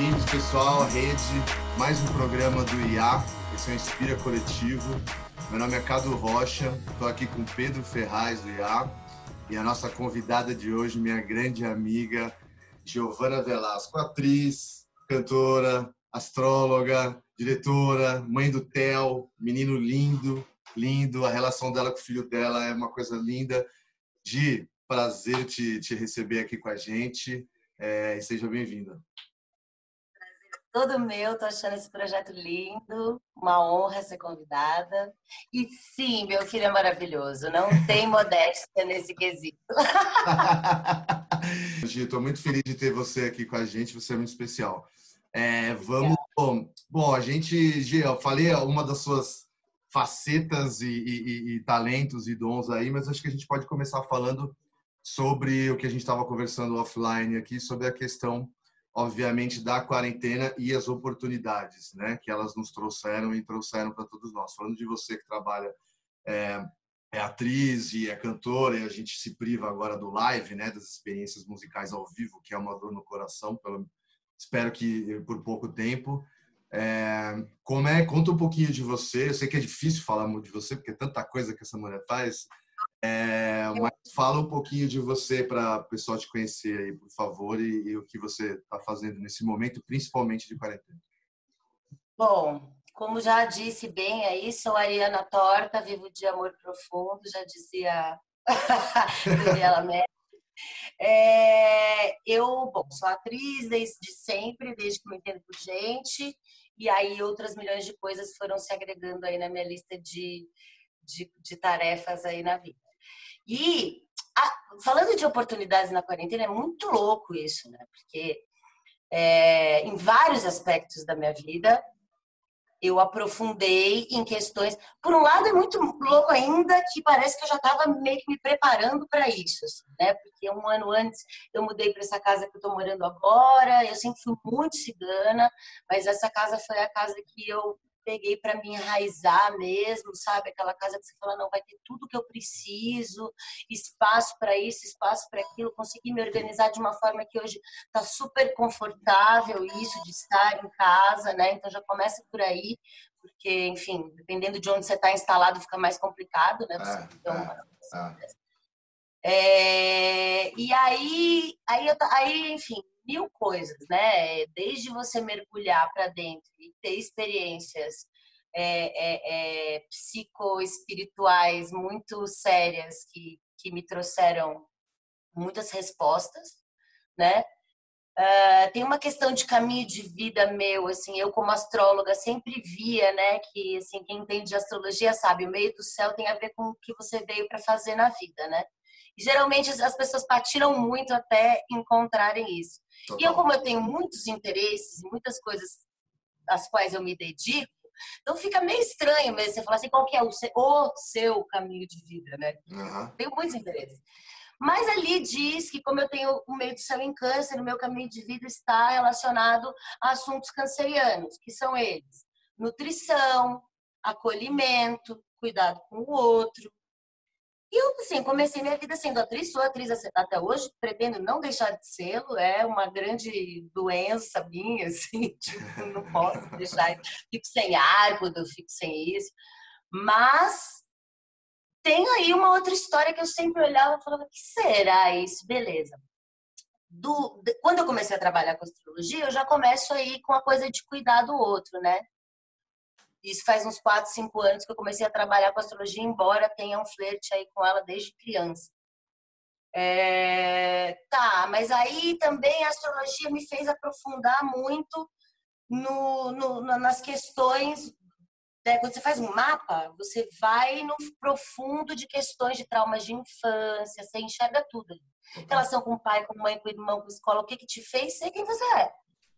bem-vindos, pessoal, à rede, mais um programa do IA, esse é o Inspira Coletivo. Meu nome é Cadu Rocha, estou aqui com Pedro Ferraz, do IA, e a nossa convidada de hoje, minha grande amiga, Giovana Velasco, atriz, cantora, astróloga, diretora, mãe do Theo, menino lindo, lindo, a relação dela com o filho dela é uma coisa linda. Gi, prazer te receber aqui com a gente, e seja bem-vinda. Todo meu, tô achando esse projeto lindo, uma honra ser convidada. E sim, meu filho é maravilhoso, não tem modéstia nesse quesito. Gi, estou muito feliz de ter você aqui com a gente, você é muito especial. Bom, a gente, Gi, eu falei uma das suas facetas e talentos e dons aí, mas acho que a gente pode começar falando sobre o que a gente estava conversando offline aqui, sobre a questão, obviamente, da quarentena e as oportunidades, né, que elas nos trouxeram e trouxeram para todos nós. Falando de você que trabalha, é atriz e é cantora, e a gente se priva agora do live, né, das experiências musicais ao vivo, que é uma dor no coração, espero que por pouco tempo. Conta um pouquinho de você. Eu sei que é difícil falar muito de você, porque é tanta coisa que essa mulher faz. Mas fala um pouquinho de você para o pessoal te conhecer aí, por favor, e o que você está fazendo nesse momento, principalmente de quarentena. Bom, como já disse bem aí, sou Ariana Torta, vivo de amor profundo, já dizia Daniela Mercury. Bom, sou atriz desde sempre, desde que me entendo por gente, e aí outras milhões de coisas foram se agregando aí na minha lista de tarefas aí na vida. E falando de oportunidades na quarentena, é muito louco isso, né? Porque em vários aspectos da minha vida eu aprofundei em questões. Por um lado, é muito louco ainda que parece que eu já estava meio que me preparando para isso, assim, né? Porque um ano antes eu mudei para essa casa que eu estou morando agora. Eu sempre fui muito cigana, mas essa casa foi a casa que eu peguei para me enraizar mesmo, sabe? Aquela casa que você fala, não, vai ter tudo que eu preciso, espaço para isso, espaço para aquilo. Consegui me organizar de uma forma que hoje está super confortável isso de estar em casa, né? Então já começa por aí, porque, enfim, dependendo de onde você está instalado, fica mais complicado, né? Você ter uma situação dessa. E aí, enfim, mil coisas, né? Desde você mergulhar para dentro e ter experiências psicoespirituais muito sérias que me trouxeram muitas respostas, né? Tem uma questão de caminho de vida meu, assim, eu como astróloga sempre via, né, que assim, quem entende de astrologia sabe, o meio do céu tem a ver com o que você veio para fazer na vida, né? E geralmente as pessoas patinam muito até encontrarem isso. Total. E eu, como eu tenho muitos interesses e muitas coisas às quais eu me dedico, então fica meio estranho mesmo você falar assim, qual que é o seu caminho de vida, né? Uhum. Tenho muitos interesses. Mas ali diz que, como eu tenho o meio do céu em câncer, o meu caminho de vida está relacionado a assuntos cancerianos, que são eles: nutrição, acolhimento, cuidado com o outro. E eu, assim, comecei minha vida sendo atriz, sou atriz até hoje, pretendo não deixar de sê-lo, é uma grande doença minha, assim, tipo, não posso deixar, fico sem ar quando eu fico sem isso. Mas tem aí uma outra história que eu sempre olhava e falava, o que será isso? Beleza. Quando eu comecei a trabalhar com astrologia, eu já começo aí com a coisa de cuidar do outro, né? Isso faz uns 4, 5 anos que eu comecei a trabalhar com astrologia, embora tenha um flerte aí com ela desde criança. Mas aí também a astrologia me fez aprofundar muito nas questões. Quando você faz um mapa, você vai no profundo de questões de traumas de infância, você enxerga tudo. Relação com o pai, com a mãe, com o irmão, com a escola, o que te fez ser quem você é.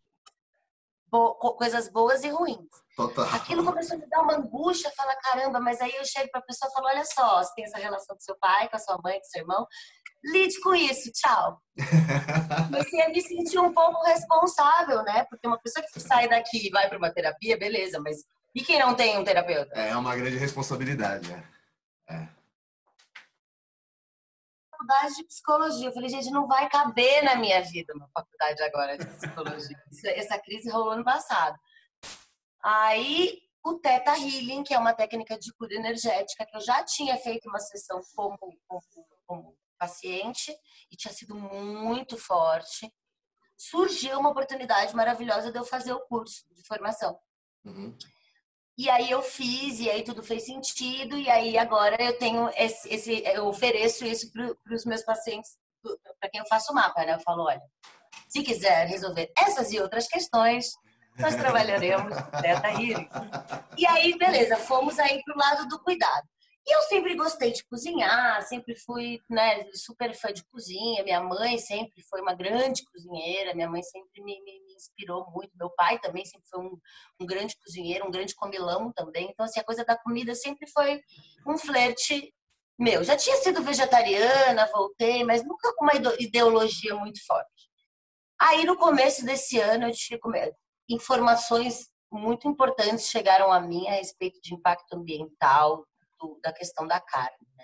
Coisas boas e ruins. Total. Aquilo começou a me dar uma angústia, falar, caramba, mas aí eu chego para a pessoa e falo, olha só, você tem essa relação com seu pai, com a sua mãe, com seu irmão, lide com isso, tchau. Comecei a me sentir um pouco responsável, né? Porque uma pessoa que sai daqui e vai para uma terapia, beleza, mas e quem não tem um terapeuta? É uma grande responsabilidade, né? faculdade de psicologia. Eu falei, gente, não vai caber na minha vida uma faculdade agora de psicologia. Essa crise rolou no passado. Aí, o Theta Healing, que é uma técnica de cura energética, que eu já tinha feito uma sessão como paciente e tinha sido muito forte. Surgiu uma oportunidade maravilhosa de eu fazer o curso de formação. Uhum. E aí eu fiz, e aí tudo fez sentido, e aí agora eu tenho eu ofereço isso para os meus pacientes, para quem eu faço o mapa, né? Eu falo, olha, se quiser resolver essas e outras questões, nós trabalharemos no Theta Healing. E aí, beleza, fomos aí pro lado do cuidado. E eu sempre gostei de cozinhar, sempre fui, né, super fã de cozinha. Minha mãe sempre foi uma grande cozinheira, minha mãe sempre me inspirou muito. Meu pai também sempre foi um grande cozinheiro, um grande comilão também. Então, assim, a coisa da comida sempre foi um flerte meu. Já tinha sido vegetariana, voltei, mas nunca com uma ideologia muito forte. Aí, no começo desse ano, eu tive informações muito importantes chegaram a mim a respeito de impacto ambiental, da questão da carne, né?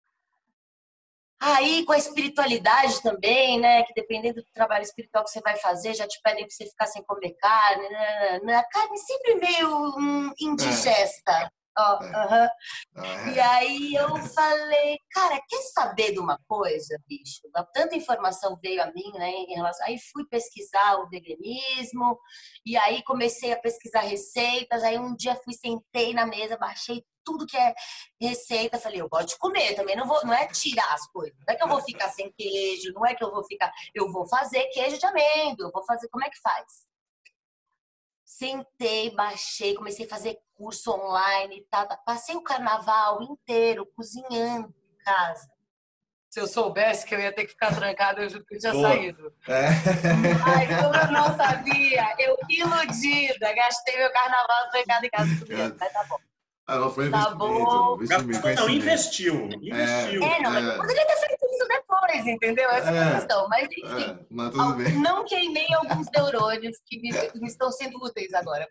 Aí, com a espiritualidade também, né? Que dependendo do trabalho espiritual que você vai fazer, já te pedem para você ficar sem comer carne, né? A carne sempre meio indigesta. Ó, E aí eu falei, cara, quer saber de uma coisa, bicho? Tanta informação veio a mim, né, em relação... Aí fui pesquisar o veganismo, e aí comecei a pesquisar receitas, aí um dia sentei na mesa, baixei tudo que é receita, falei, eu gosto de comer, também não é tirar as coisas, não é que eu vou ficar sem queijo, não é que eu vou fazer queijo de amêndoa, eu vou fazer, como é que faz? Sentei, baixei, comecei a fazer curso online, passei o carnaval inteiro cozinhando em casa. Se eu soubesse que eu ia ter que ficar trancada, eu juro que eu tinha saído. Mas como eu não sabia, eu iludida, gastei meu carnaval trancado em casa cozinhando. Mas tá bom. Não foi Tá bom. Não, investiu. Não, mas eu poderia ter feito isso depois, entendeu? Essa é a questão. Mas, enfim, mas tudo bem. Não queimei alguns neurônios que me estão sendo úteis agora.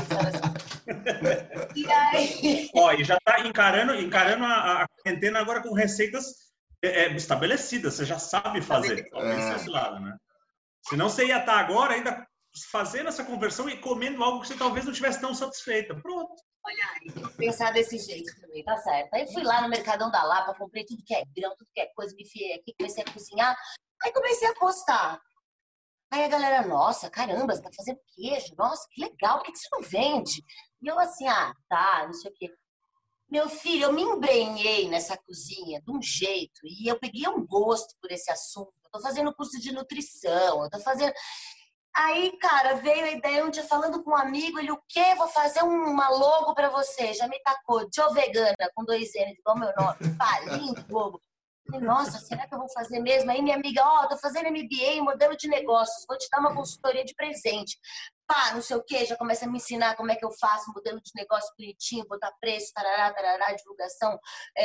E aí... Ó, e já tá encarando a quarentena agora com receitas estabelecidas. Você já sabe fazer. Esse esse lado, né? Senão você ia estar agora ainda fazendo essa conversão e comendo algo que você talvez não estivesse tão satisfeita. Pronto. Olha aí, pensar desse jeito também, tá certo. Aí fui lá no Mercadão da Lapa, comprei tudo que é grão, tudo que é coisa, me enfiei aqui, comecei a cozinhar, aí comecei a postar. Aí a galera, nossa, caramba, você tá fazendo queijo, nossa, que legal, por que você não vende? E eu assim, tá, não sei o quê. Meu filho, eu me embrenhei nessa cozinha de um jeito, e eu peguei um gosto por esse assunto. Eu tô fazendo curso de nutrição, eu tô fazendo... Aí, cara, veio a ideia um dia falando com um amigo, ele, o quê? Vou fazer uma logo pra você. Já me tacou, Joe Vegana, com 2 N's, igual meu nome. Pá, lindo, logo. Falei, nossa, será que eu vou fazer mesmo? Aí minha amiga, tô fazendo MBA em modelo de negócios, vou te dar uma consultoria de presente. Pá, não sei o quê, já começa a me ensinar como é que eu faço modelo de negócio bonitinho, botar preço, tarará, tarará, divulgação,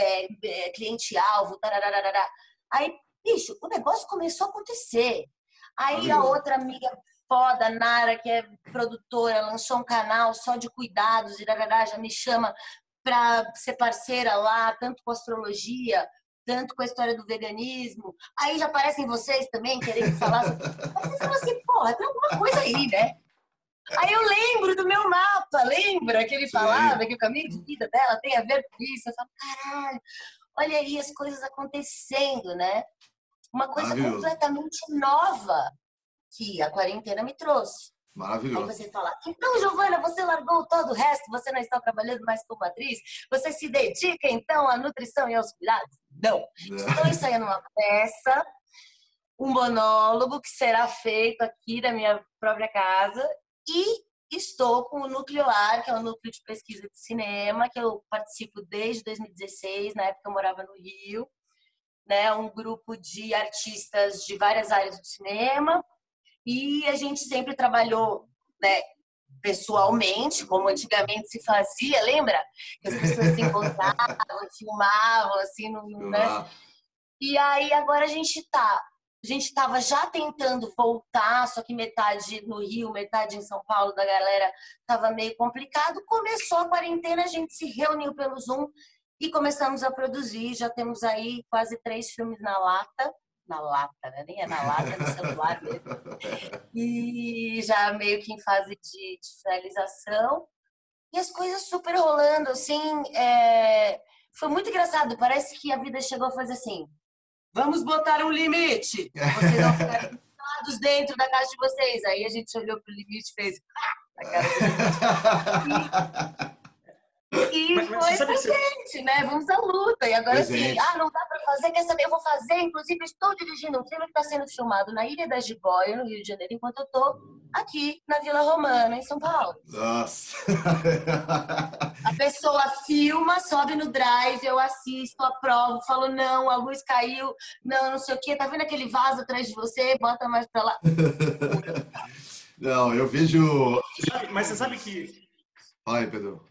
cliente-alvo, tarará, tarará. Aí, bicho, o negócio começou a acontecer. Aí a outra amiga foda, Nara, que é produtora, lançou um canal só de cuidados, e já me chama para ser parceira lá, tanto com astrologia, tanto com a história do veganismo. Aí já aparecem vocês também querendo falar sobre... Aí você fala assim, porra, tem alguma coisa aí, né? Aí eu lembro do meu mapa, lembra que ele falava que o caminho de vida dela tem a ver com isso? Eu falo, caralho, olha aí as coisas acontecendo, né? Uma coisa completamente nova que a quarentena me trouxe. Maravilhoso. Aí você fala, então, Giovana, você largou todo o resto, você não está trabalhando mais como atriz? Você se dedica, então, à nutrição e aos cuidados? Não. Estou ensaiando uma peça, um monólogo que será feito aqui na minha própria casa e estou com o Nuclear, que é um núcleo de pesquisa de cinema, que eu participo desde 2016, na época eu morava no Rio, né? Um grupo de artistas de várias áreas do cinema. E a gente sempre trabalhou, né, pessoalmente, como antigamente se fazia, lembra? Que as pessoas se encontravam, filmavam, assim, né? E aí agora a gente estava já tentando voltar, só que metade no Rio, metade em São Paulo, da galera estava meio complicado. Começou a quarentena, a gente se reuniu pelo Zoom e começamos a produzir. Já temos aí quase 3 filmes na lata, né? Nem é na lata, é no celular mesmo. E já meio que em fase de finalização. E as coisas super rolando, assim, foi muito engraçado. Parece que a vida chegou a fazer assim, vamos botar um limite. Vocês vão ficar fechados dentro da casa de vocês. Aí a gente olhou pro limite e fez a cara do limite. E foi pra gente, né? Vamos à luta. E agora assim, não dá pra fazer, quer saber? Eu vou fazer. Inclusive, estou dirigindo um filme que está sendo filmado na Ilha da Giboia, no Rio de Janeiro, enquanto eu tô aqui na Vila Romana, em São Paulo. Nossa! A pessoa filma, sobe no drive, eu assisto, aprovo, falo, não, a luz caiu, não sei o quê. Tá vendo aquele vaso atrás de você? Bota mais pra lá. Não, eu vejo... Mas você sabe que... Fala aí, Pedro.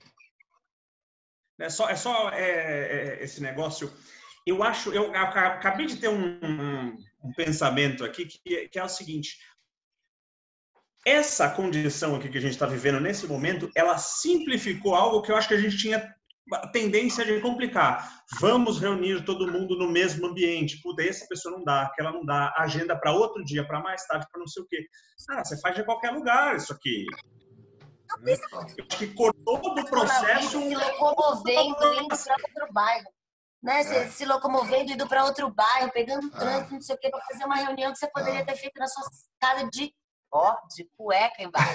Esse negócio. Eu acabei de ter um pensamento aqui que é o seguinte: essa condição aqui que a gente está vivendo nesse momento, ela simplificou algo que eu acho que a gente tinha a tendência de complicar. Vamos reunir todo mundo no mesmo ambiente. Puta, essa pessoa não dá, aquela não dá. Agenda para outro dia, para mais tarde, para não sei o quê. Você faz de qualquer lugar isso aqui. Eu acho que cortou do processo se locomovendo indo para outro bairro, né? Se locomovendo indo para outro bairro, pegando trânsito, não sei o quê, para fazer uma reunião que você poderia ter feito na sua casa de cueca embaixo.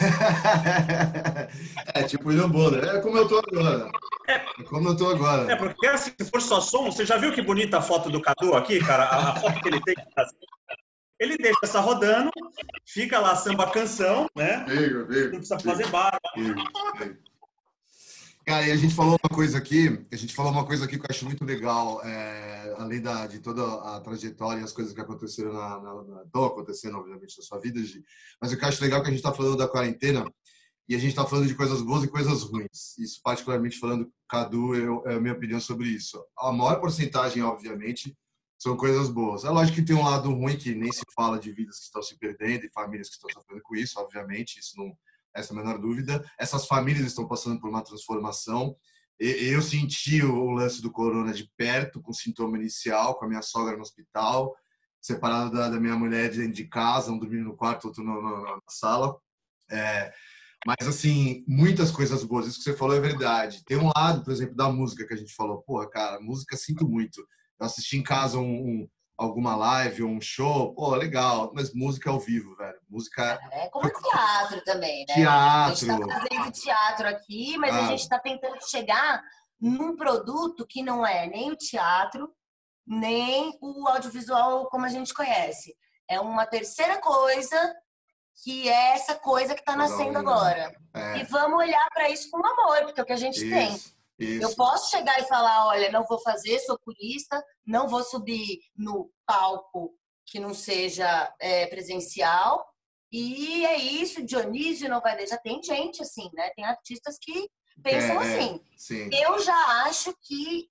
Tipo ir no bolo. É como eu tô agora. Como eu tô agora. Porque assim, se for só som, você já viu que bonita a foto do Cadu aqui, cara? A foto que ele tem. Ele deixa essa rodando, fica lá samba canção, né? Não precisa fazer barba. Cara, e a gente falou uma coisa aqui, que eu acho muito legal, além de toda a trajetória e as coisas que aconteceram estão acontecendo, obviamente, na sua vida, Gi. Mas o que eu acho legal é que a gente está falando da quarentena e a gente está falando de coisas boas e coisas ruins. Isso, particularmente falando, Cadu, é a minha opinião sobre isso. A maior porcentagem, obviamente, são coisas boas. É lógico que tem um lado ruim, que nem se fala de vidas que estão se perdendo e famílias que estão sofrendo com isso, obviamente, isso não essa é a menor dúvida. Essas famílias estão passando por uma transformação. Eu senti o lance do corona de perto, com sintoma inicial, com a minha sogra no hospital, separado da minha mulher dentro de casa, um dormindo no quarto, outro na sala. Mas, assim, muitas coisas boas. Isso que você falou é verdade. Tem um lado, por exemplo, da música que a gente falou. Porra, cara, música sinto muito. Eu assisti em casa alguma live ou um show, legal, mas música ao vivo, velho. Música... É como teatro também, né? Teatro. A gente está fazendo teatro aqui, mas a gente está tentando chegar num produto que não é nem o teatro, nem o audiovisual como a gente conhece. É uma terceira coisa que é essa coisa que está nascendo agora. E vamos olhar para isso com amor, porque é o que a gente tem. Isso. Eu posso chegar e falar, olha, não vou fazer, sou purista, não vou subir no palco que não seja presencial. E é isso, Dionísio não vai deixar. Tem gente assim, né? Tem artistas que pensam assim. Sim. Eu já acho que,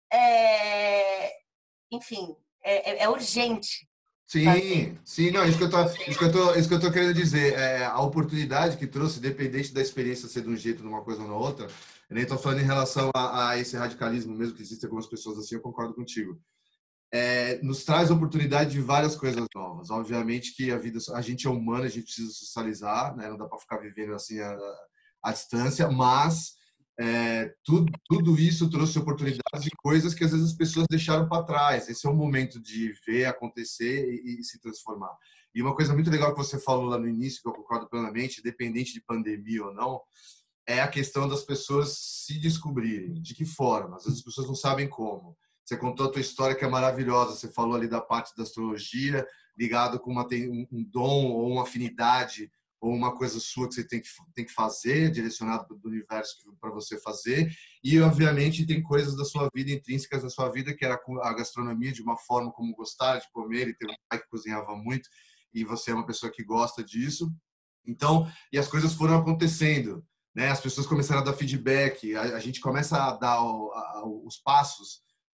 enfim, é urgente. Sim, não, isso que eu tô querendo dizer, a oportunidade que trouxe, independente da experiência ser de um jeito, numa coisa ou na outra, eu nem tô falando em relação a esse radicalismo mesmo, que existem algumas pessoas assim, eu concordo contigo. Nos traz oportunidade de várias coisas novas. Obviamente que a gente é humano, a gente precisa socializar, né? Não dá para ficar vivendo assim à distância, mas tudo isso trouxe oportunidades e coisas que às vezes as pessoas deixaram para trás. Esse é o momento de ver acontecer e se transformar. E uma coisa muito legal que você falou lá no início, que eu concordo plenamente, independente de pandemia ou não, é a questão das pessoas se descobrirem. De que forma? Às vezes as pessoas não sabem como. Você contou a tua história que é maravilhosa. Você falou ali da parte da astrologia, ligado com um dom ou uma afinidade ou uma coisa sua que você tem que fazer, direcionado do universo para você fazer. E, obviamente, tem coisas da sua vida, intrínsecas da sua vida, que era a gastronomia, de uma forma como gostar de comer, e ter um pai que cozinhava muito, e você é uma pessoa que gosta disso. Então, e as coisas foram acontecendo, né? As pessoas começaram a dar feedback, a gente começa a dar os passos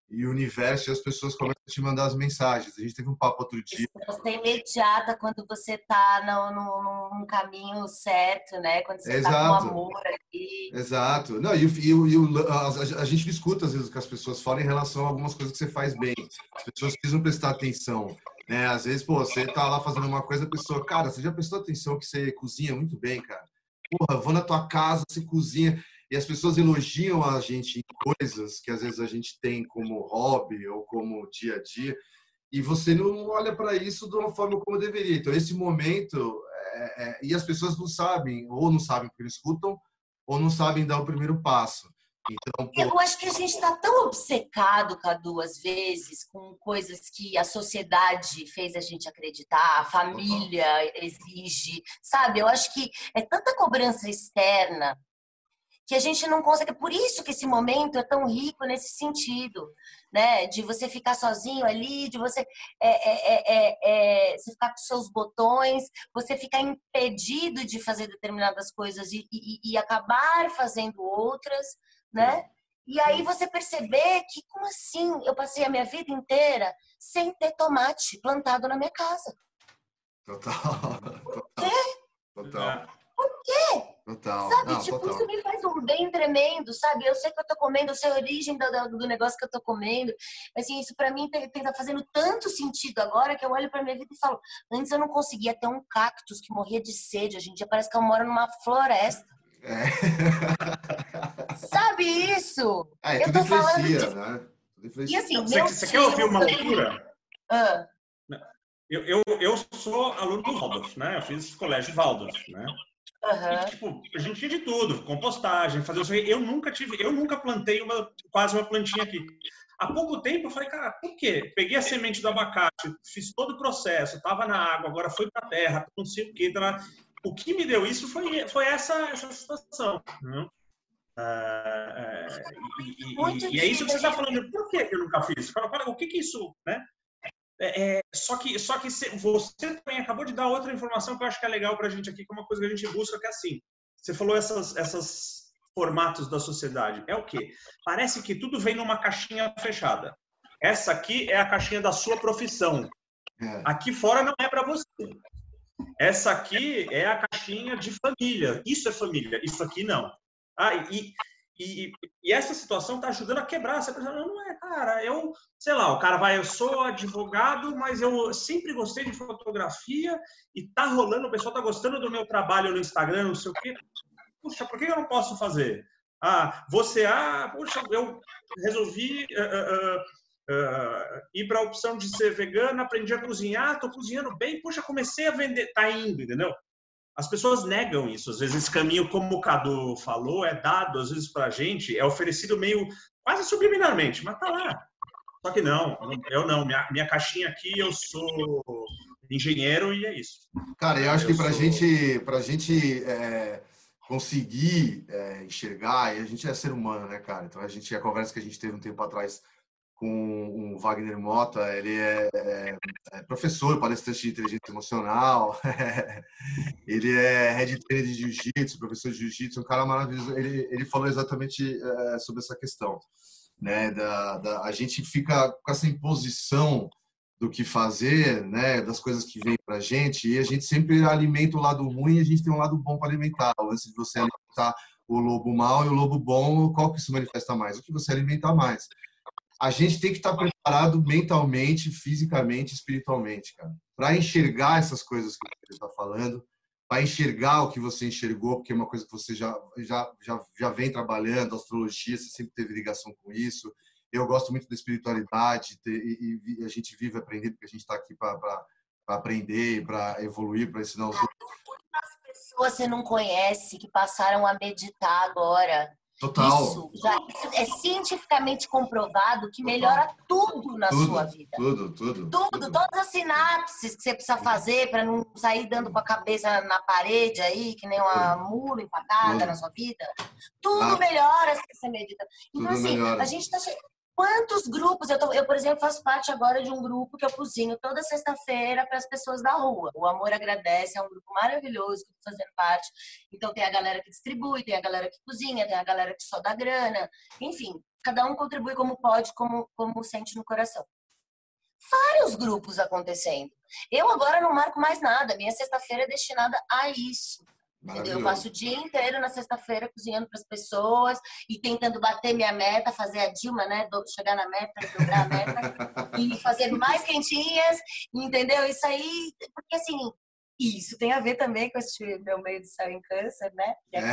e o universo e as pessoas começam a te mandar as mensagens. A gente teve um papo outro dia. Resposta imediata quando você está num caminho certo, né? Quando você está com Exato. amor aqui. Exato. Não, a gente escuta às vezes o que as pessoas falam em relação a algumas coisas que você faz bem. As pessoas precisam prestar atenção, né? Às vezes, pô, você tá lá fazendo uma coisa, a pessoa, cara, você já prestou atenção que você cozinha muito bem, cara? Porra, vou na tua casa, você cozinha. E as pessoas elogiam a gente em coisas que às vezes a gente tem como hobby ou como dia a dia, e você não olha para isso de uma forma como deveria. Então, esse momento, e as pessoas não sabem, ou não sabem porque não escutam, ou não sabem dar o primeiro passo. Então, eu acho que a gente está tão obcecado, Cadu, às vezes, com coisas que a sociedade fez a gente acreditar, a família exige, sabe? Eu acho que é tanta cobrança externa que a gente não consegue. Por isso que esse momento é tão rico nesse sentido, né? De você ficar sozinho ali, de você, você ficar com seus botões, você ficar impedido de fazer determinadas coisas e acabar fazendo outras, né? E aí você perceber que, como assim? Eu passei a minha vida inteira sem ter tomate plantado na minha casa. total. Por quê? Total. Por quê? Total. Sabe, Não, tipo, total. isso me faz um bem tremendo, sabe? Eu sei que eu tô comendo, eu sei a origem do negócio que eu tô comendo. Assim, isso pra mim tá fazendo tanto sentido agora que eu olho pra minha vida e falo, antes eu não conseguia ter um cactus que morria de sede, hoje em dia parece que eu moro numa floresta. Sabe isso? Eu Tudo tô falando influencia, de... né? Tudo E influencia. assim, Você quer ouvir uma loucura? Ah. Eu sou aluno do Waldorf, né? Eu fiz colégio Waldorf, né? E, tipo, a gente tinha de tudo, compostagem, fazer isso aí. Eu nunca plantei quase uma plantinha aqui. Há pouco tempo eu falei, cara, por quê? Peguei a semente do abacate, fiz todo o processo, estava na água, agora foi para a terra, não sei o quê. O que me deu isso foi essa situação. Né? E é isso que você está falando. Por que eu nunca fiz? O que isso, né? Só que você também acabou de dar outra informação que eu acho que é legal para a gente aqui, que é uma coisa que a gente busca, que é assim. Você falou essas formatos da sociedade. É o quê? Parece que tudo vem numa caixinha fechada. Essa aqui é a caixinha da sua profissão. Aqui fora não é para você. Essa aqui é a caixinha de família. Isso é família, isso aqui não. E essa situação está ajudando a quebrar essa pessoa. Não é, cara, sei lá, o cara eu sou advogado, mas eu sempre gostei de fotografia e tá rolando, o pessoal tá gostando do meu trabalho no Instagram, não sei o quê. Puxa, por que eu não posso fazer? Puxa, eu resolvi ir para a opção de ser vegana, aprendi a cozinhar, tô cozinhando bem, puxa, comecei a vender, tá indo, entendeu? As pessoas negam isso. Às vezes esse caminho, como o Cadu falou, é dado, às vezes, para a gente, é oferecido meio quase subliminarmente, mas tá lá. Só que não, eu não. Minha caixinha aqui, eu sou engenheiro e é isso. Cara, eu acho que para a gente conseguir enxergar, e a gente é ser humano, né, cara? Então, a conversa que a gente teve um tempo atrás com o Wagner Mota, ele é professor, palestrante de inteligência emocional, ele é head trainer de jiu-jitsu, professor de jiu-jitsu, um cara maravilhoso. Ele falou exatamente sobre essa questão, né? A gente fica com essa imposição do que fazer, né? Das coisas que vêm para a gente, e a gente sempre alimenta o lado ruim e a gente tem um lado bom para alimentar. Antes de você alimentar o lobo mau e o lobo bom, qual que se manifesta mais? O que você alimenta mais. A gente tem que estar preparado mentalmente, fisicamente, espiritualmente, cara, para enxergar essas coisas que você está falando, para enxergar o que você enxergou, porque é uma coisa que você já vem trabalhando, astrologia, você sempre teve ligação com isso. Eu gosto muito da espiritualidade e a gente vive aprendendo, porque a gente está aqui para aprender, para evoluir, para ensinar os outros. Quantas pessoas você não conhece que passaram a meditar agora? Total. Isso é cientificamente comprovado que melhora tudo na sua vida. Tudo. Todas as sinapses que você precisa fazer para não sair dando com a cabeça na parede aí, que nem uma mula empacada na sua vida. Tudo melhora se você medita. Então, assim, a gente Quantos grupos? Eu, por exemplo, faço parte agora de um grupo que eu cozinho toda sexta-feira para as pessoas da rua. O Amor Agradece é um grupo maravilhoso que eu estou fazendo parte. Então, tem a galera que distribui, tem a galera que cozinha, tem a galera que só dá grana. Enfim, cada um contribui como pode, como sente no coração. Vários grupos acontecendo. Eu agora não marco mais nada. Minha sexta-feira é destinada a isso. Entendeu? Eu passo o dia inteiro na sexta-feira cozinhando para as pessoas e tentando bater minha meta, fazer a Dilma, né? Chegar na meta, dobrar a meta e fazer mais quentinhas, entendeu? Isso aí, porque assim, isso tem a ver também com esse meu meio de céu em câncer, né?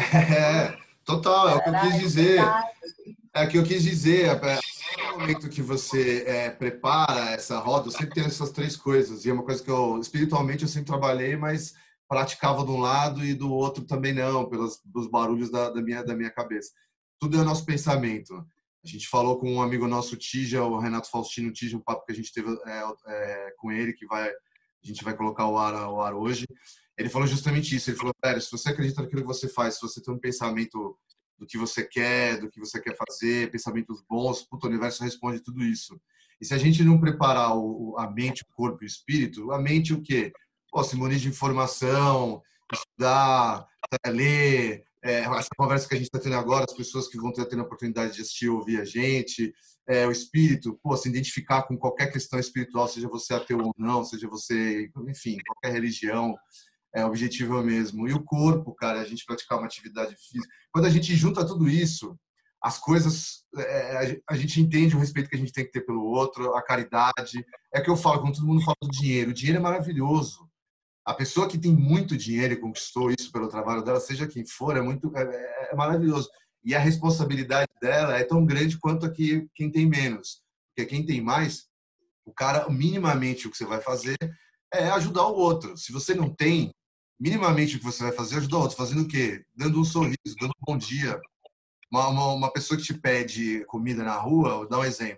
Total, é o que eu quis dizer. É o que eu quis dizer. No momento que você prepara essa roda, eu sempre tenho essas três coisas. E é uma coisa que espiritualmente, eu sempre trabalhei, mas praticava de um lado e do outro também não, pelos barulhos da minha cabeça. Tudo é o nosso pensamento. A gente falou com um amigo nosso, Tija, o Renato Faustino Tija, um papo que a gente teve com ele, que a gente vai colocar ao ar hoje. Ele falou justamente isso. Ele falou, Pérez, se você acredita naquilo que você faz, se você tem um pensamento do que você quer fazer, pensamentos bons, o universo responde tudo isso. E se a gente não preparar a mente, o corpo e o espírito, a mente o quê? Se munir de informação, estudar, ler, essa conversa que a gente está tendo agora, as pessoas que vão ter a oportunidade de assistir ou ouvir a gente, o espírito, se identificar com qualquer questão espiritual, seja você ateu ou não, seja você, enfim, qualquer religião, o objetivo é o mesmo. E o corpo, cara, a gente praticar uma atividade física. Quando a gente junta tudo isso, as coisas, a gente entende o respeito que a gente tem que ter pelo outro, a caridade. É que eu falo, quando todo mundo fala do dinheiro, o dinheiro é maravilhoso. A pessoa que tem muito dinheiro e conquistou isso pelo trabalho dela, seja quem for, é maravilhoso. E a responsabilidade dela é tão grande quanto quem tem menos. Porque quem tem mais, o cara, minimamente, o que você vai fazer é ajudar o outro. Se você não tem, minimamente o que você vai fazer é ajudar o outro. Fazendo o quê? Dando um sorriso, dando um bom dia. Uma pessoa que te pede comida na rua, vou dar um exemplo.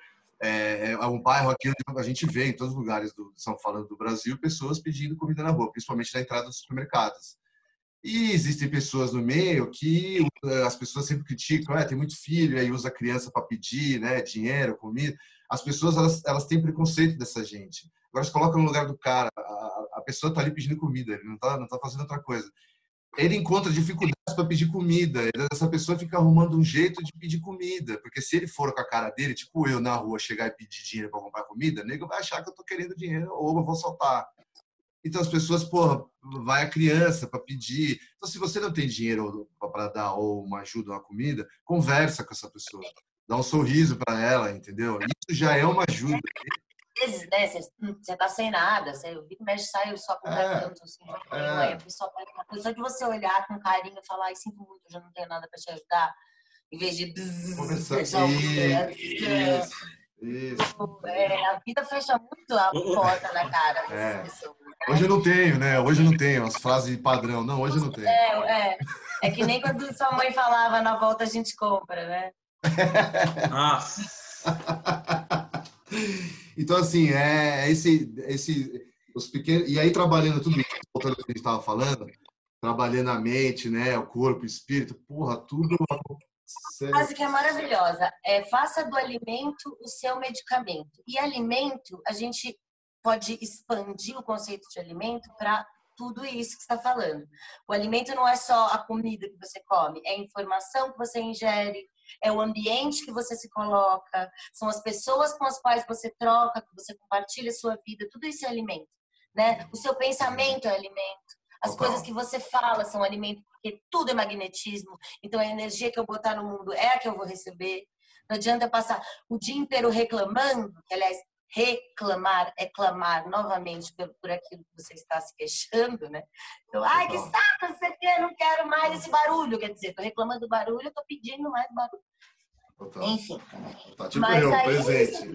É um bairro aqui onde a gente vê em todos os lugares São Paulo do Brasil pessoas pedindo comida na rua, principalmente na entrada dos supermercados. E existem pessoas no meio que as pessoas sempre criticam, tem muito filho, aí usa a criança para pedir, né, dinheiro, comida. As pessoas elas têm preconceito dessa gente. Agora se coloca no lugar do cara, a pessoa está ali pedindo comida, ele não tá fazendo outra coisa. Ele encontra dificuldades para pedir comida. Essa pessoa fica arrumando um jeito de pedir comida. Porque se ele for com a cara dele, tipo eu na rua, chegar e pedir dinheiro para comprar comida, o nego vai achar que eu tô querendo dinheiro ou eu vou soltar. Então as pessoas, vai a criança para pedir. Então se você não tem dinheiro para dar ou uma ajuda, uma comida, conversa com essa pessoa. Dá um sorriso para ela, entendeu? Isso já é uma ajuda. Vezes, né? Você tá sem nada, você mexe, sai só com cartão, assim, a pessoa pega uma coisa, só de você olhar com carinho e falar, sinto muito, eu já não tenho nada para te ajudar, em vez de fechar a vida fecha muito a porta na cara dessas pessoas. Né? Hoje eu não tenho, né? Hoje eu não tenho as frases padrão. Não, hoje eu não tenho. É que nem quando sua mãe falava, na volta a gente compra, né? Nossa. Então, assim, os pequenos. E aí, trabalhando tudo isso, voltando ao que a gente estava falando, trabalhando a mente, né? O corpo, o espírito, tudo. A frase que é maravilhosa faça do alimento o seu medicamento. E alimento, a gente pode expandir o conceito de alimento para tudo isso que você está falando. O alimento não é só a comida que você come, é a informação que você ingere, é o ambiente que você se coloca, são as pessoas com as quais você troca, que você compartilha a sua vida, tudo isso é alimento, né? O seu pensamento é alimento, as coisas que você fala são alimento, porque tudo é magnetismo, então a energia que eu botar no mundo é a que eu vou receber. Não adianta eu passar o dia inteiro reclamando, que aliás, reclamar é clamar novamente por aquilo que você está se queixando, né? Então, que saco, não sei o quê, não quero mais esse barulho. Quer dizer, estou reclamando do barulho, estou pedindo mais barulho. Total. Enfim. Tá tipo mas eu, aí, presente.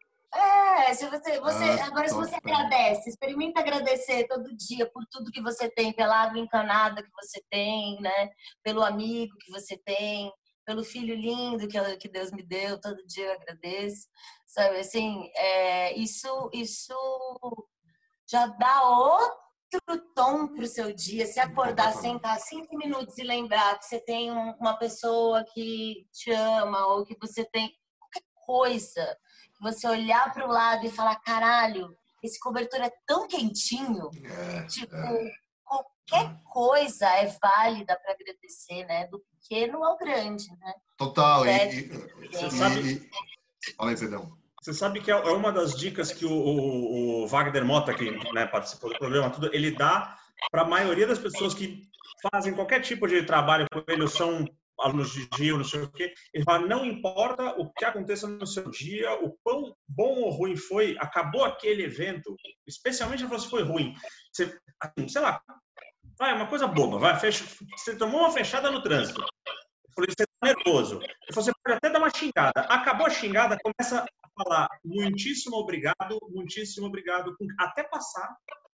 Se você agradece, experimenta agradecer todo dia por tudo que você tem, pela água encanada que você tem, né? Pelo amigo que você tem, pelo filho lindo que Deus me deu, todo dia eu agradeço, sabe, assim, isso já dá outro tom pro seu dia, se acordar, sentar 5 minutos e lembrar que você tem uma pessoa que te ama, ou que você tem qualquer coisa que você olhar para o lado e falar, caralho, esse cobertor é tão quentinho. Tipo, qualquer coisa é válida para agradecer, né? Do pequeno ao grande, né? Total. Você sabe... Fala aí, perdão. Você sabe que é uma das dicas que o Wagner Motta, que, né, participou do programa, tudo, ele dá para a maioria das pessoas que fazem qualquer tipo de trabalho com ele, ou são alunos de dia, não sei o quê. Ele fala, não importa o que aconteça no seu dia, o quão bom ou ruim foi, acabou aquele evento, especialmente se foi ruim. Você, assim, sei lá, vai, uma coisa boba, vai, você tomou uma fechada no trânsito. Você está nervoso. Você pode até dar uma xingada. Acabou a xingada, começa a falar muitíssimo obrigado, até passar.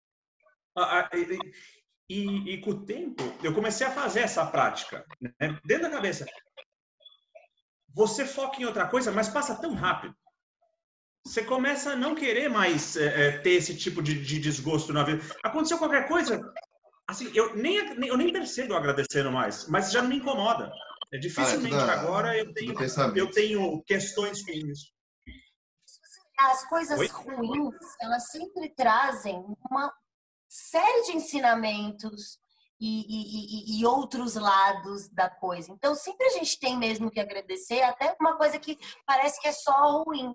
E com o tempo, eu comecei a fazer essa prática, né? Dentro da cabeça. Você foca em outra coisa, mas passa tão rápido. Você começa a não querer mais ter esse tipo de desgosto na vida. Aconteceu qualquer coisa, assim, eu nem percebo agradecendo mais, mas já não me incomoda. Dificilmente agora eu tenho questões com isso. As coisas ruins, elas sempre trazem uma série de ensinamentos e outros lados da coisa. Então, sempre a gente tem mesmo que agradecer, até uma coisa que parece que é só ruim.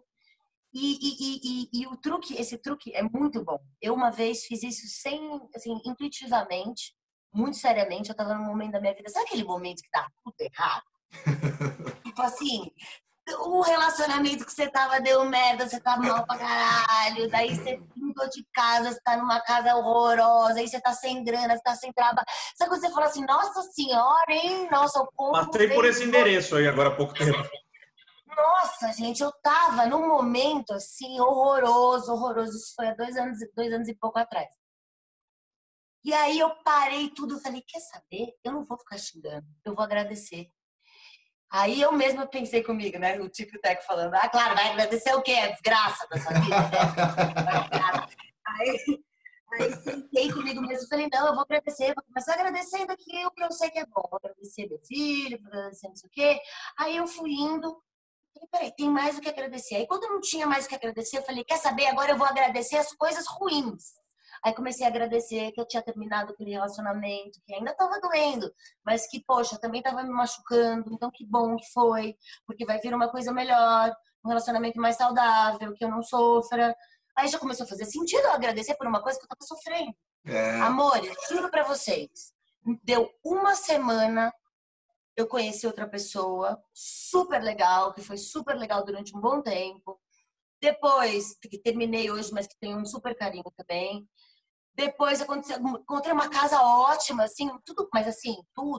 E o truque, esse truque é muito bom. Eu uma vez fiz isso intuitivamente, muito seriamente. Eu estava num momento da minha vida, sabe aquele momento que tá tudo errado? Tipo assim, o relacionamento que você tava deu merda, você tava mal pra caralho, daí você mudou de casa, você tá numa casa horrorosa, aí você tá sem grana, você tá sem trabalho. Sabe quando você fala assim, nossa senhora, hein? Nossa, o povo... Passei por esse endereço aí agora há pouco tempo. Nossa, gente, eu tava num momento assim, horroroso. Isso foi há 2 anos e pouco atrás. E aí eu parei tudo, falei, quer saber? Eu não vou ficar xingando, eu vou agradecer. Aí eu mesma pensei comigo, né? O Tico Teco falando, claro, vai agradecer o quê? A desgraça da sua vida, né? Aí sentei comigo mesmo e falei, não, eu vou agradecer, vou começar agradecendo aqui o que eu sei que é bom. Vou agradecer meu filho, vou agradecer não sei o quê. Aí eu fui indo, falei, peraí, tem mais o que agradecer. Aí quando eu não tinha mais o que agradecer, eu falei, quer saber? Agora eu vou agradecer as coisas ruins. Aí comecei a agradecer que eu tinha terminado aquele relacionamento, que ainda estava doendo, mas que, poxa, também estava me machucando. Então, que bom que foi, porque vai vir uma coisa melhor, um relacionamento mais saudável, que eu não sofra. Aí já começou a fazer sentido eu agradecer por uma coisa que eu estava sofrendo. Amores, juro pra vocês, deu 1 semana, eu conheci outra pessoa super legal, que foi super legal durante um bom tempo. Depois, que terminei hoje, mas que tenho um super carinho também. Depois aconteceu, encontrei uma casa ótima, assim, tudo, mas assim, tudo.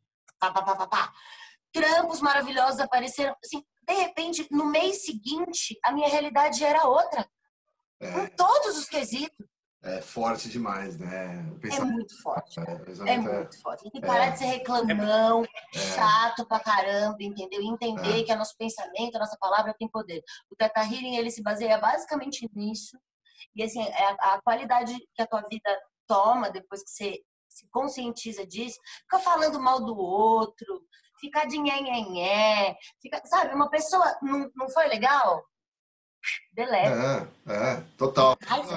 Trampos maravilhosos apareceram. Assim, de repente, no mês seguinte, a minha realidade era outra. Com todos os quesitos. É forte demais, né? É muito forte. É muito forte. Tem que parar de ser reclamão, chato pra caramba, entendeu? E entender que é nosso pensamento, a nossa palavra tem poder. O Theta Healing, ele se baseia basicamente nisso. E assim, a qualidade que a tua vida toma depois que você se conscientiza disso, fica falando mal do outro, fica de nhenhenhé, fica, sabe, uma pessoa não foi legal? Deleta. Total.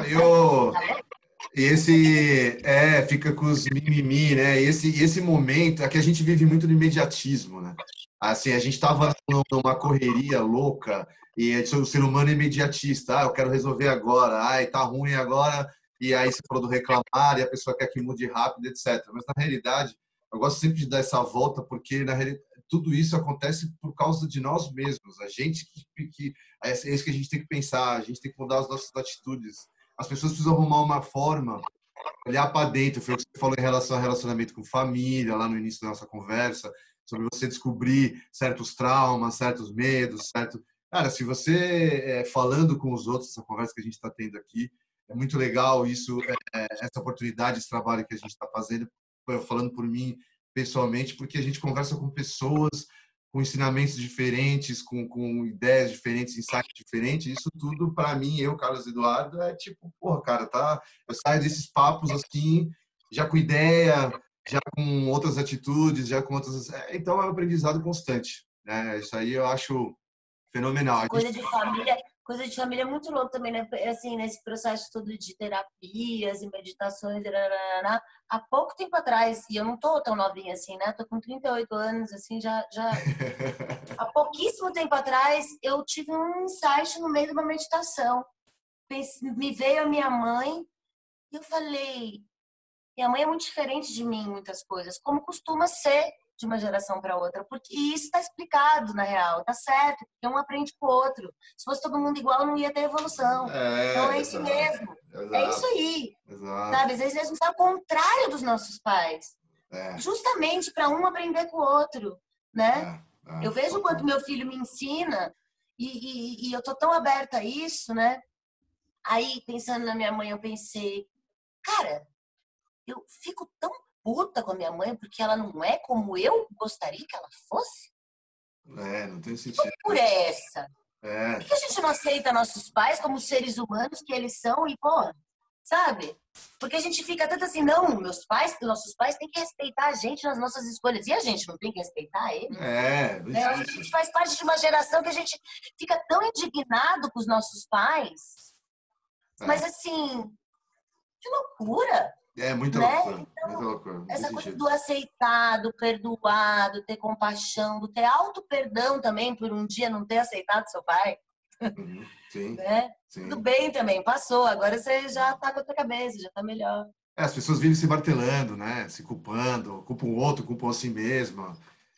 E esse fica com os mimimi, né? Esse momento, aqui a gente vive muito no imediatismo, né? Assim, a gente estava numa correria louca e o ser humano é imediatista. Eu quero resolver agora. Tá ruim agora. E aí você falou do reclamar e a pessoa quer que mude rápido, etc. Mas na realidade, eu gosto sempre de dar essa volta porque na realidade tudo isso acontece por causa de nós mesmos. A gente é isso que a gente tem que pensar. A gente tem que mudar as nossas atitudes. As pessoas precisam arrumar uma forma, olhar para dentro. Foi o que você falou em relação ao relacionamento com família, lá no início da nossa conversa, sobre você descobrir certos traumas, certos medos, certo... Cara, se você falando com os outros, essa conversa que a gente está tendo aqui, é muito legal isso, essa oportunidade, esse trabalho que a gente está fazendo, falando por mim pessoalmente, porque a gente conversa com pessoas com ensinamentos diferentes, com ideias diferentes, insights diferentes. Isso tudo, para mim, eu, Carlos Eduardo, é tipo, porra, cara, tá? Eu saio desses papos assim, já com ideia, já com outras atitudes, já com outras... Então, é um aprendizado constante, né? Isso aí eu acho Fenomenal. Coisa de família é muito louco também, né? Assim, nesse processo todo de terapias e meditações, há pouco tempo atrás, e eu não tô tão novinha assim, né? Tô com 38 anos, assim, já há pouquíssimo tempo atrás, eu tive um insight no meio de uma meditação. Me veio a minha mãe e eu falei, minha mãe é muito diferente de mim em muitas coisas, como costuma ser de uma geração para outra, porque isso está explicado na real, tá certo, porque um aprende com o outro. Se fosse todo mundo igual, não ia ter evolução. Então é isso mesmo. É isso aí. Sabe? Às vezes a gente está ao contrário dos nossos pais. Justamente para um aprender com o outro, né? Eu vejo o quanto meu filho me ensina e eu tô tão aberta a isso, né? Aí, pensando na minha mãe, eu pensei, cara, eu fico tão puta com a minha mãe porque ela não é como eu gostaria que ela fosse? Não tem sentido. Por essa. Por que a gente não aceita nossos pais como seres humanos que eles são e, porra, sabe? Porque a gente fica tanto assim, não, nossos pais têm que respeitar a gente nas nossas escolhas. E a gente não tem que respeitar eles? A gente faz parte de uma geração que a gente fica tão indignado com os nossos pais. Mas assim, que loucura! Muita loucura. Então, muita loucura. Essa coisa do aceitar, do perdoar, do ter compaixão, do ter auto-perdão também por um dia não ter aceitado seu pai. Sim, né? sim. Tudo bem também, passou. Agora você já tá com a outra cabeça, já tá melhor. As pessoas vivem se martelando, né? Se culpando, culpam o outro, culpam a si mesma.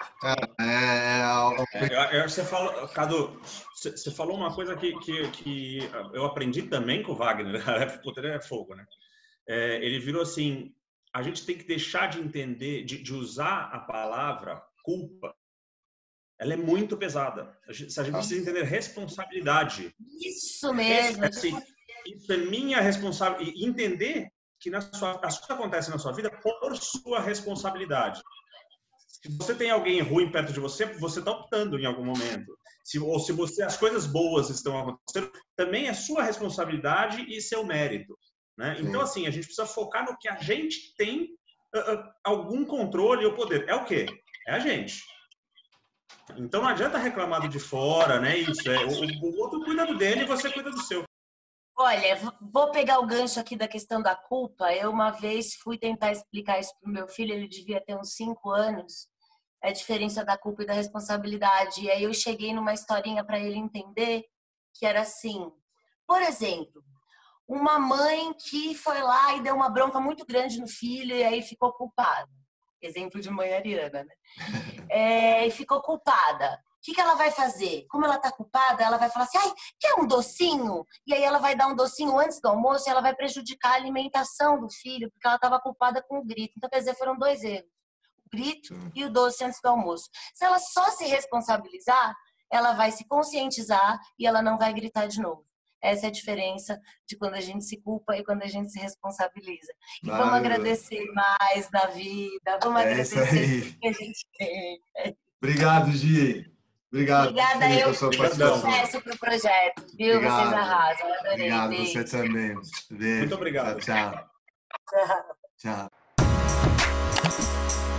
Você falou, Cadu, você falou uma coisa que eu aprendi também com o Wagner. O poder é fogo, né? Ele virou assim: a gente tem que deixar de entender, de usar a palavra culpa. Ela é muito pesada. A gente precisa entender responsabilidade. Isso mesmo. Isso é minha responsabilidade. E entender que as coisas acontecem na sua vida por sua responsabilidade. Se você tem alguém ruim perto de você, você está optando em algum momento. Se as coisas boas estão acontecendo, também é sua responsabilidade e seu mérito. Né? Então, assim, a gente precisa focar no que a gente tem algum controle ou poder. É o quê? É a gente. Então, não adianta reclamar do de fora, né? Isso o outro cuida do dele e você cuida do seu. Olha, vou pegar o gancho aqui da questão da culpa. Eu uma vez fui tentar explicar isso para o meu filho, ele devia ter uns 5 anos, a diferença da culpa e da responsabilidade. E aí eu cheguei numa historinha para ele entender que era assim, por exemplo, uma mãe que foi lá e deu uma bronca muito grande no filho e aí ficou culpada. Exemplo de mãe ariana, né? E ficou culpada. O que ela vai fazer? Como ela tá culpada, ela vai falar assim, ai, quer um docinho? E aí ela vai dar um docinho antes do almoço e ela vai prejudicar a alimentação do filho, porque ela estava culpada com o grito. Então, quer dizer, foram 2 erros. O grito e o doce antes do almoço. Se ela só se responsabilizar, ela vai se conscientizar e ela não vai gritar de novo. Essa é a diferença de quando a gente se culpa e quando a gente se responsabiliza. E vamos agradecer mais na vida, vamos agradecer o que a gente tem. Obrigado, Gi. Obrigada eu. Sucesso pro projeto, viu? Obrigado. Vocês arrasam, adorei. Obrigado, beijo. você também. Beijo. Muito obrigado. Tchau. Tchau.